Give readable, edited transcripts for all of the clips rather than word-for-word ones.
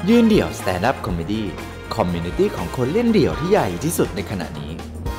ยืนเดี่ยว Stand Up Comedy คอมมูนิตี้ของคนเล่นเดี่ยวที่ใหญ่ที่สุดในขณะนี้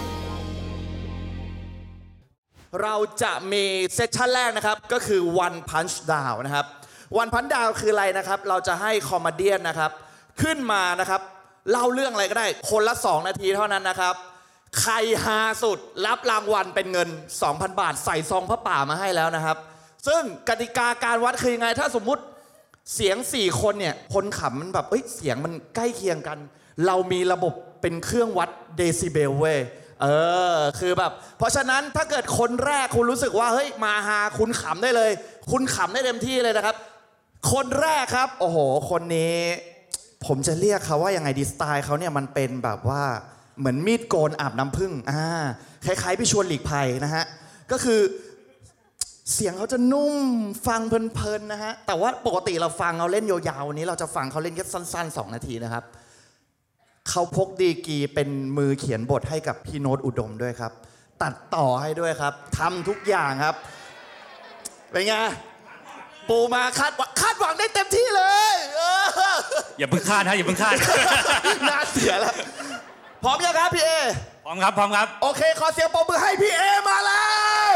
เราจะมีเซสชั่นแรกนะครับก็คือ One Punch Down นะครับ One Punch Down คืออะไรนะครับเราจะให้คอมเมเดี้นะครับขึ้นมานะครับเล่าเรื่องอะไรก็ได้คนละ 2 นาทีเท่านั้นนะครับใครฮาสุดรับรางวัลเป็นเงิน 2,000 บาทใส่ซองพระป่ามาให้แล้วนะครับซึ่งกติกาการวัดคือยังไงถ้าสมมุติเสียง4คนเนี่ยคนขำมันแบบเสียงมันใกล้เคียงกันเรามีระบบเป็นเครื่องวัดเดซิเบลเว้ยคือแบบเพราะฉะนั้นถ้าเกิดคนแรกคุณรู้สึกว่าเฮ้ยมาฮาคุณขำได้เลยคุณขำได้เต็มที่เลยนะครับคนแรกครับโอ้โหคนนี้ผมจะเรียกเขาว่ายังไงดีสไตล์เขาเนี่ยมันเป็นแบบว่าเหมือนมีดโกนอาบน้ำผึ้งคล้ายๆพี่ชวนหลีกภัยนะฮะก็คือเสียงเขาจะนุ่มฟังเพลินๆนะฮะแต่ว่าปกติเราฟังเขาเล่นยาวๆวันนี้เราจะฟังเขาเล่นแค่สั้นๆ2 นาทีนะครับเขาพกดีกรีเป็นมือเขียนบทให้กับพี่โน้ตอุดมด้วยครับตัดต่อให้ด้วยครับทำทุกอย่างครับเป็นไงปูมาคาดหวังได้เต็มที่เลยอย่าเพิ่งคาดนะอย่าเพิ่งคาดน่าเสียแล้วพร้อมยังครับพี่เอพร้อมครับพร้อมครับโอเคขอเสียงปรบมือให้พี่เอมาแล้ว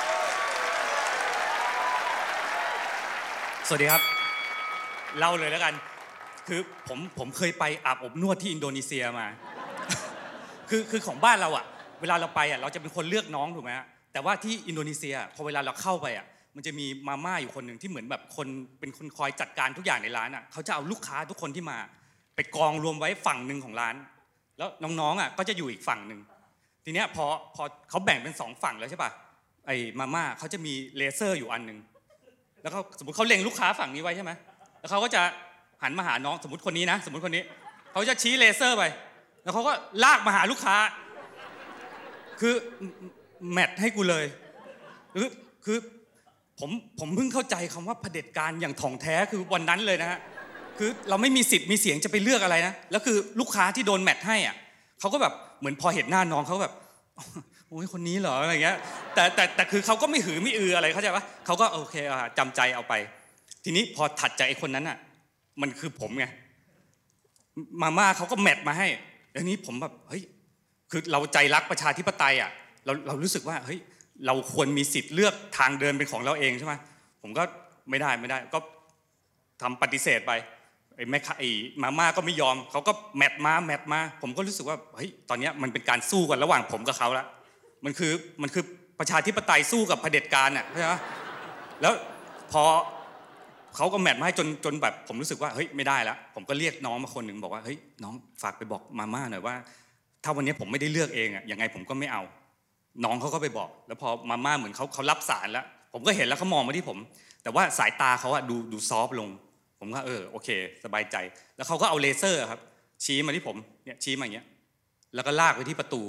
สวัสดีครับเล่าเลยแล้วกันคือผมเคยไปอาบอบนวดที่อินโดนีเซียมา คือของบ้านเราอ่ะเวลาเราไปอ่ะเราจะเป็นคนเลือกน้องถูกไหมฮะแต่ว่าที่อินโดนีเซียพอเวลาเราเข้าไปอ่ะมันจะมีมาม่าอยู่คนหนึ่งที่เหมือนแบบคนเป็นคนคอยจัดการทุกอย่างในร้านอ่ะเขาจะเอาลูกค้าทุกคนที่มาไปกองรวมไว้ฝั่งหนึ่งของร้านแล้วน้องๆอ่ะก็จะอยู่อีกฝั่งหนึ่งทีเนี้ยพอเขาแบ่งเป็น2 ฝั่งแล้วใช่ป่ะไอ้มาม่าเขาจะมีเลเซอร์อยู่อันนึงแล้วเขาสมมติเขาเล็งลูกค้าฝั่งนี้ไว้ใช่ไหมแล้วเขาก็จะหันมาหาน้องสมมติคนนี้นะสมมติคนนี้เขาจะชี้เลเซอร์ไปแล้วเขาก็ลากมาหาลูกค้าคือแมทให้กูเลยคือผมเพิ่งเข้าใจคำว่าเผด็จการอย่างถ่องแท้คือวันนั้นเลยนะฮะคือเราไม่มีสิทธิ์มีเสียงจะไปเลือกอะไรนะแล้วคือลูกค้าที่โดนแมทให้อ่ะเขาก็แบบเหมือนพอเห็นหน้าน้องเขาแบบโอ้ยคนนี้เหรออะไรเงี้ยแต่คือเขาก็ไม่หือไม่อืออะไรเข้าใจปะเขาก็โอเคจำใจเอาไปทีนี้พอถัดจากไอ้คนนั้นอ่ะมันคือผมไงมาม่าเขาก็แมทมาให้แล้วนี้ผมแบบเฮ้ยคือเราใจรักประชาธิปไตยอ่ะเรารู้สึกว่าเฮ้ยเราควรมีสิทธิ์เลือกทางเดินเป็นของเราเองใช่ไหมผมก็ไม่ได้ก็ทำปฏิเสธไปไอ้แม่ค้าไอ้มาม่าก็ไม่ยอมเขาก็แมทมาผมก็รู้สึกว่าเฮ้ยตอนนี้มันเป็นการสู้กันระหว่างผมกับเขาแล้วมันคือประชาธิปไตยสู้กับเผด็จการอ่ะใช่ไหมแล้วพอเขาก็แมทมาให้จนแบบผมรู้สึกว่าเฮ้ยไม่ได้แล้วผมก็เรียกน้องมาคนหนึ่งบอกว่าเฮ้ยน้องฝากไปบอกมาม่าหน่อยว่าถ้าวันนี้ผมไม่ได้เลือกเองอ่ะยังไงผมก็ไม่เอาน้องเขาก็ไปบอกแล้วพอมาม่าเหมือนเขารับสารแล้วผมก็เห็นแล้วเขามองมาที่ผมแต่ว่าสายตาเขาอะดูซอฟลงผมก็โอเคสบายใจแล้วเขาก็เอาเลเซอร์ครับชี้มาที่ผมเนี่ยชี้มาอย่างเงี้ยแล้วก็ลากไปที่ประตู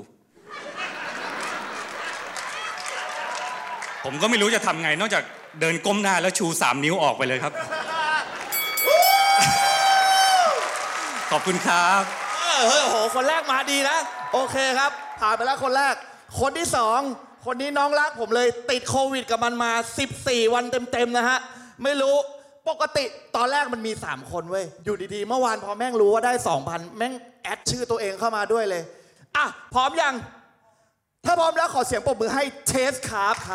ผมก็ไม่รู้จะทำไงนอกจากเดินก้มหน้าแล้วชู3 นิ้วออกไปเลยครับขอบคุณครับโอ้โหคนแรกมาดีนะโอเคครับผ่านไปแล้วคนแรกคนที่2คนนี้น้องรักผมเลยติดโควิดกับมันมา14 วันเต็มๆนะฮะไม่รู้ปกติตอนแรกมันมี3 คนเว้ยอยู่ดีๆเมื่อวานพอแม่งรู้ว่าได้ 2,000 แม่งแอดชื่อตัวเองเข้ามาด้วยเลยอ่ะพร้อมยังถ้าพร้อมแล้วขอเสียงปรบมือให้เทสครับ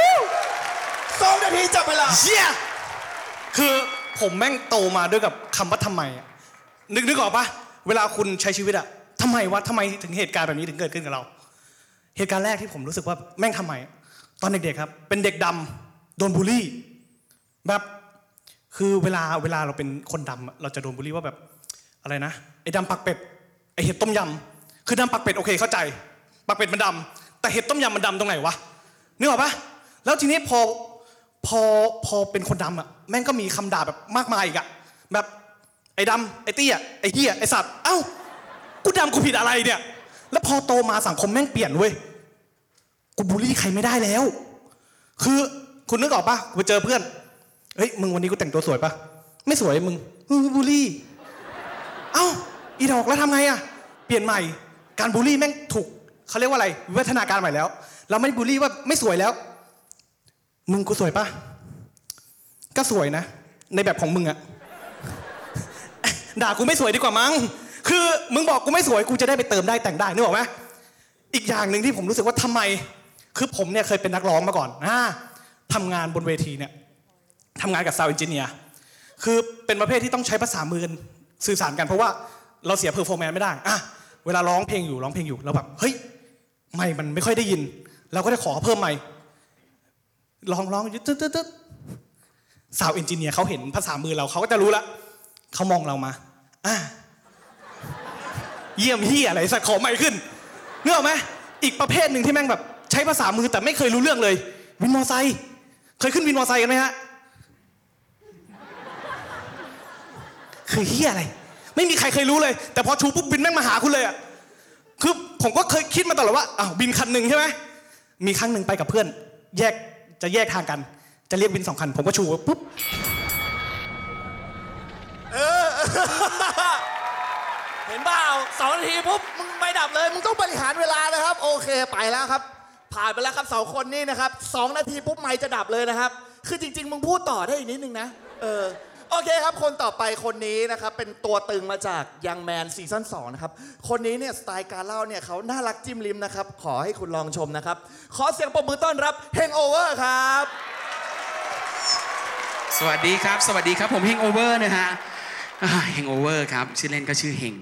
2 นาทีจับเวลาเชี่ยคือผมแม่งโตมาด้วยกับคำว่าทำไมนึกออกปะเวลาคุณใช้ชีวิตอะทำไมถึงเหตุการณ์แบบนี้ถึงเกิดขึ้นกับเราเหตุการณ์แรกที่ผมรู้สึกว่าแม่งทำไมตอนเด็กๆครับเป็นเด็กดำโดนบูลลี่แบบคือเวลาเราเป็นคนดำเราจะโดนบูลลี่ว่าแบบอะไรนะไอ้ดำปักเป็ดไอ้เห็ดต้มยำคือดำปักเป็ดโอเคเข้าใจปักเป็ดมันดำแต่เห็ดต้มยำมันดำตรงไหนวะนึกออกปะแล้วทีนี้พอเป็นคนดำอะแม่งก็มีคำด่าแบบมากมายอีกอะแบบไอ้ดำไอ้เตี้ยไอ้เหี้ยไอ้สัตว์เอ้ากูดำกูผิดอะไรเนี่ยแล้วพอโตมาสังคมแม่งเปลี่ยนเว้ยกูบูลลี่ใครไม่ได้แล้วคือคุณนึกออกปะกูไปเจอเพื่อนเฮ้ยมึงวันนี้กูแต่งตัวสวยปะไม่สวยมึงบูลลี่เอ้าอีดอกแล้วทำไงอะเปลี่ยนใหม่การบูลลี่แม่งถูกเขาเรียกว่าอะไรวิวัฒนาการใหม่แล้วเราไม่บูลลี่ว่าไม่สวยแล้วมึงกูสวยปะก็สวยนะในแบบของมึงอะด่ากูไม่สวยดีกว่ามั้งคือมึงบอกกูไม่สวยกูจะได้ไปเติมได้แต่งได้นึกออกไหมอีกอย่างหนึ่งที่ผมรู้สึกว่าทำไมคือผมเนี่ยเคยเป็นนักร้องมาก่อนทำงานบนเวทีเนี่ยทำงานกับซาวด์เอนจิเนียร์คือเป็นประเภทที่ต้องใช้ภาษามือสื่อสารกันเพราะว่าเราเสียเพอร์ฟอร์แมนซ์ไม่ได้เวลาร้องเพลงอยู่เราแบบเฮ้ยไมค์มันไม่ค่อยได้ยินเราก็ได้ขอเพิ่มไมค์ร้องตึ๊ดซาวด์เอนจิเนียร์เขาเห็นภาษามือเราเขาก็จะรู้ละเขามองเรามาเยี่ยมเฮียอะไรสักขอไมค์ขึ้นนึกออกไหมอีกประเภทหนึ่งที่แม่งแบบใช้ภาษามือแต่ไม่เคยรู้เรื่องเลยวินมอไซค์เคยขึ้นวินมอไซค์กันไหมฮะคือเฮียอะไรไม่มีใครเคยรู้เลยแต่พอชูปุ๊บบินแม่งมาหาคุณเลยอ่ะคือผมก็เคยคิดมาตลอดว่าบินคันหนึ่งใช่ไหมมีครั้งหนึ่งไปกับเพื่อนจะแยกทางกันจะเรียกบิน2 คันผมก็ชูปุ๊บเห็นเปล่า2 นาทีปุ๊บมึงไม่ดับเลยมึงต้องบริหารเวลานะครับโอเคไปแล้วครับผ่านไปแล้วครับ2 คนนี่นะครับ2 นาทีปุ๊บไม่จะดับเลยนะครับคือจริงๆมึงพูดต่อได้อีกนิดนึงนะโอเคครับคนต่อไปคนนี้นะครับเป็นตัวตึงมาจากยังแมนซีซั่น2นะครับคนนี้เนี่ยสไตล์การเล่าเนี่ยเขาน่ารักจิ้มลิ้มนะครับขอให้คุณลองชมนะครับขอเสียงปรบมือต้อนรับเฮงโอเวอร์ครับสวัสดีครับผมเฮงโอเวอร์นะฮะเฮงโอเวอร์ครับชื่อเล่นก็ชื่อเฮ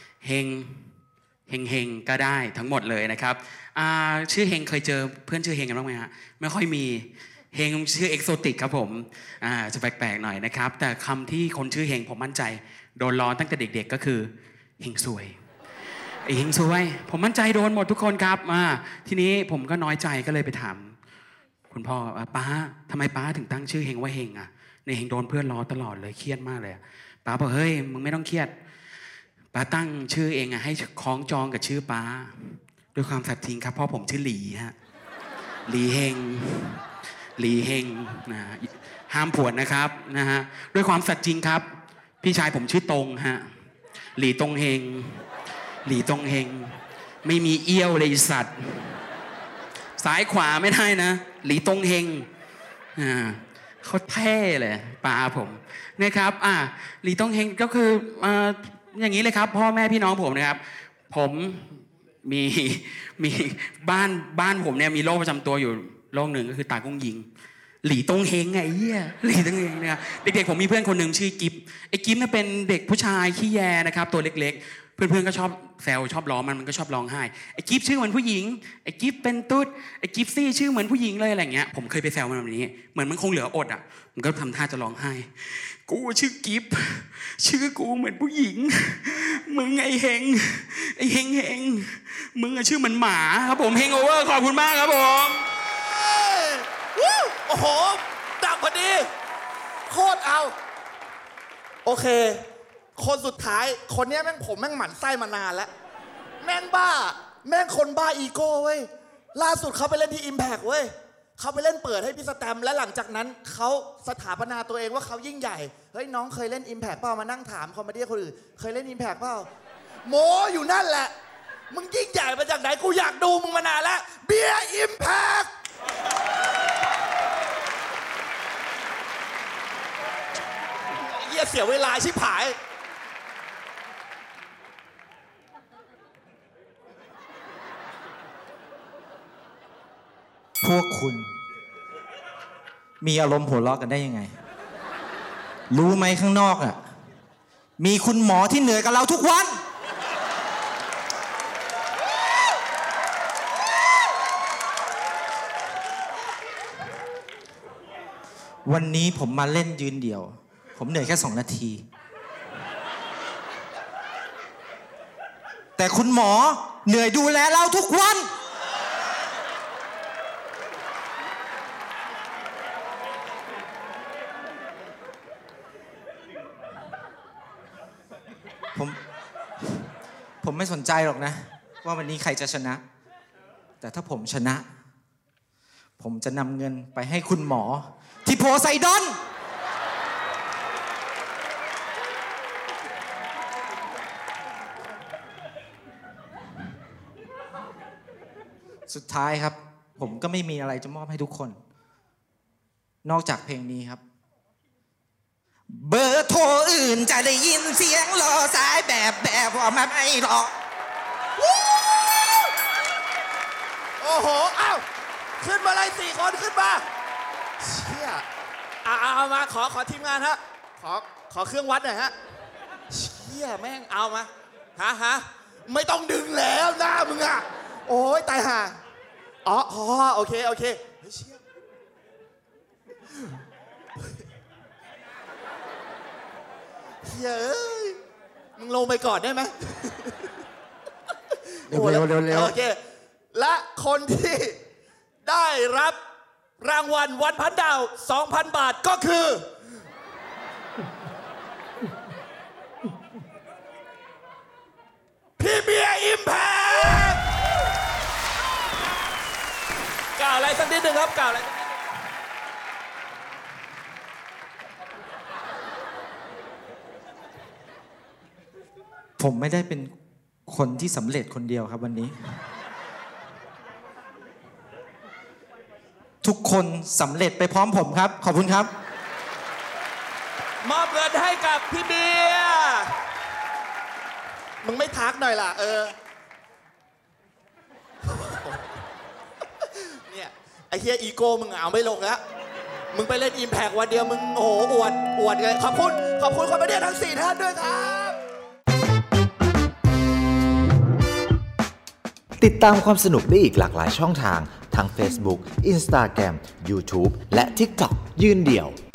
งก็ได้ทั้งหมดเลยนะครับชื่อเฮงเคยเจอเพื่อนชื่อเฮงกันบ้างไหมฮะไม่ค่อยมีเฮงชื่อเอกโซติกครับผมจะแปลกๆหน่อยนะครับแต่คำที่คนชื่อเฮงผมมั่นใจโดนล้อตั้งแต่เด็กๆก็คือเฮงซวยไอเฮงซวยผมมั่นใจโดนหมดทุกคนครับทีนี้ผมก็น้อยใจก็เลยไปถามคุณพ่อป้าทำไมป้าถึงตั้งชื่อเฮงว่าเฮงในเฮงโดนเพื่อนล้อตลอดเลยเครียดมากเลยป้าบอกเฮ้ยมึงไม่ต้องเครียดป้าตั้งชื่อเองให้คล้องจองกับชื่อป้าด้วยความสัตย์จริงครับเพราะผมชื่อหลีฮะหลีเฮงนะห้ามผวนนะครับนะฮะด้วยความสัตย์จริงครับพี่ชายผมชื่อตรงฮะหลีตรงเฮงไม่มีเอี้ยวเลยสัตว์ซ้ายขวาไม่ได้นะหลีตรงเฮงเขาเท่เลยป้าผมนะครับหลีตรงเฮงก็คืออย่างนี้เลยครับพ่อแม่พี่น้องผมนะครับผมมีบ้านผมเนี่ยมีโรคประจำตัวอยู่โรคหนึ่งก็คือตากุ้งยิงหลีตงเฮงไงเหี้ยหลีตงเฮงนะครับเด็กๆผมมีเพื่อนคนหนึ่งชื่อกิฟไอ้กิฟเนี่ยเป็นเด็กผู้ชายขี้แยนะครับตัวเล็กๆเพื่อนๆก็ชอบแซวชอบล้อมันก็ชอบร้องไห้ไอ้กิฟชื่อเหมือนผู้หญิงไอ้กิฟเป็นตุ๊ดไอ้กิฟซี่ชื่อเหมือนผู้หญิงเลยอะไรเงี้ยผมเคยไปแซวมันแบบนี้เหมือนมันคงเหลืออดมันก็ทำท่าจะร้องไห้กูชื่อกิฟชื่อกูเหมือนผู้หญิงมึงไอ้เฮงมึงชื่อเหมือนหมาครับผมเฮงโอเวอร์ขอบคุณมากครับผมโอ้โหดับพอดีโคตรเอาโอเคคนสุดท้ายคนนี้แม่งผมแม่งหมั่นไส้มานานแล้วแม่งบ้าแม่งคนบ้าอีโก้เว้ยล่าสุดเขาไปเล่นที่ Impact เว้ยเขาไปเล่นเปิดให้พี่สแตมและหลังจากนั้นเขาสถาปนาตัวเองว่าเขายิ่งใหญ่เฮ้ยน้องเคยเล่น Impact เปล่ามานั่งถามคอมเมดี้คนอื่นเคยเล่น Impact เปล่าโมอยู่นั่นแหละมึงยิ่งใหญ่มาจากไหนกูอยากดูมึงมานานแล้วเบียร์ Impactเสียเวลาชิบหายพวกคุณมีอารมณ์หัวเราะกันได้ยังไงรู้ไหมข้างนอกมีคุณหมอที่เหนื่อยกับเราทุกวันวันนี้ผมมาเล่นยืนเดี่ยวผมเหนื่อยแค่2 นาทีแต่คุณหมอเหนื่อยดูแลเราทุกวันผมไม่สนใจหรอกนะว่าวันนี้ใครจะชนะแต่ถ้าผมชนะผมจะนำเงินไปให้คุณหมอที่โพไซดอนสุดท้ายครับผมก็ไม่มีอะไรจะมอบให้ทุกคนนอกจากเพลงนี้ครับเบอร์โทรอื่นจะได้ยินเสียงรอสายแบบว่ามันไม่รอโอ้โหอ้าวขึ้นมาเลย4 คนขึ้นมาเชี่ยเอามาขอทีมงานฮะขอเครื่องวัดหน่อยฮะเชี่ยแม่งเอามาฮะไม่ต้องดึงแล้วหน้ามึงอ่ะโอ้ยตายห่าอ๋อโอเคเฮ้ยเชี่ยเฮ้ยมึงลงไปก่อนได้ไหมเร็วๆโอเคและคนที่ได้รับรางวัลวันพันดาว 2,000 บาทก็คือ พี่เบียร์อิมแพคกล่าวอะไรสักนิดหนึ่งครับกล่าวอะไรสักนิดหนึ่งผมไม่ได้เป็นคนที่สำเร็จคนเดียวครับวันนี้ ทุกคนสำเร็จไปพร้อมผมครับ ขอบคุณครับมอบเงินให้กับพี่เบียร์มึงไม่ทักหน่อยล่ะเนี่ยไอ้เฮียอีโก้มึงเอาไม่ลงแล้วมึงไปเล่นอิมแพกวันเดียวมึงโอ้โหอวดเลยขอบคุณคนมาเดียทั้ง4 ท่านด้วยครับติดตามความสนุกได้อีกหลากหลายช่องทางทั้ง Facebook, Instagram, YouTube และ TikTok ยืนเดี่ยว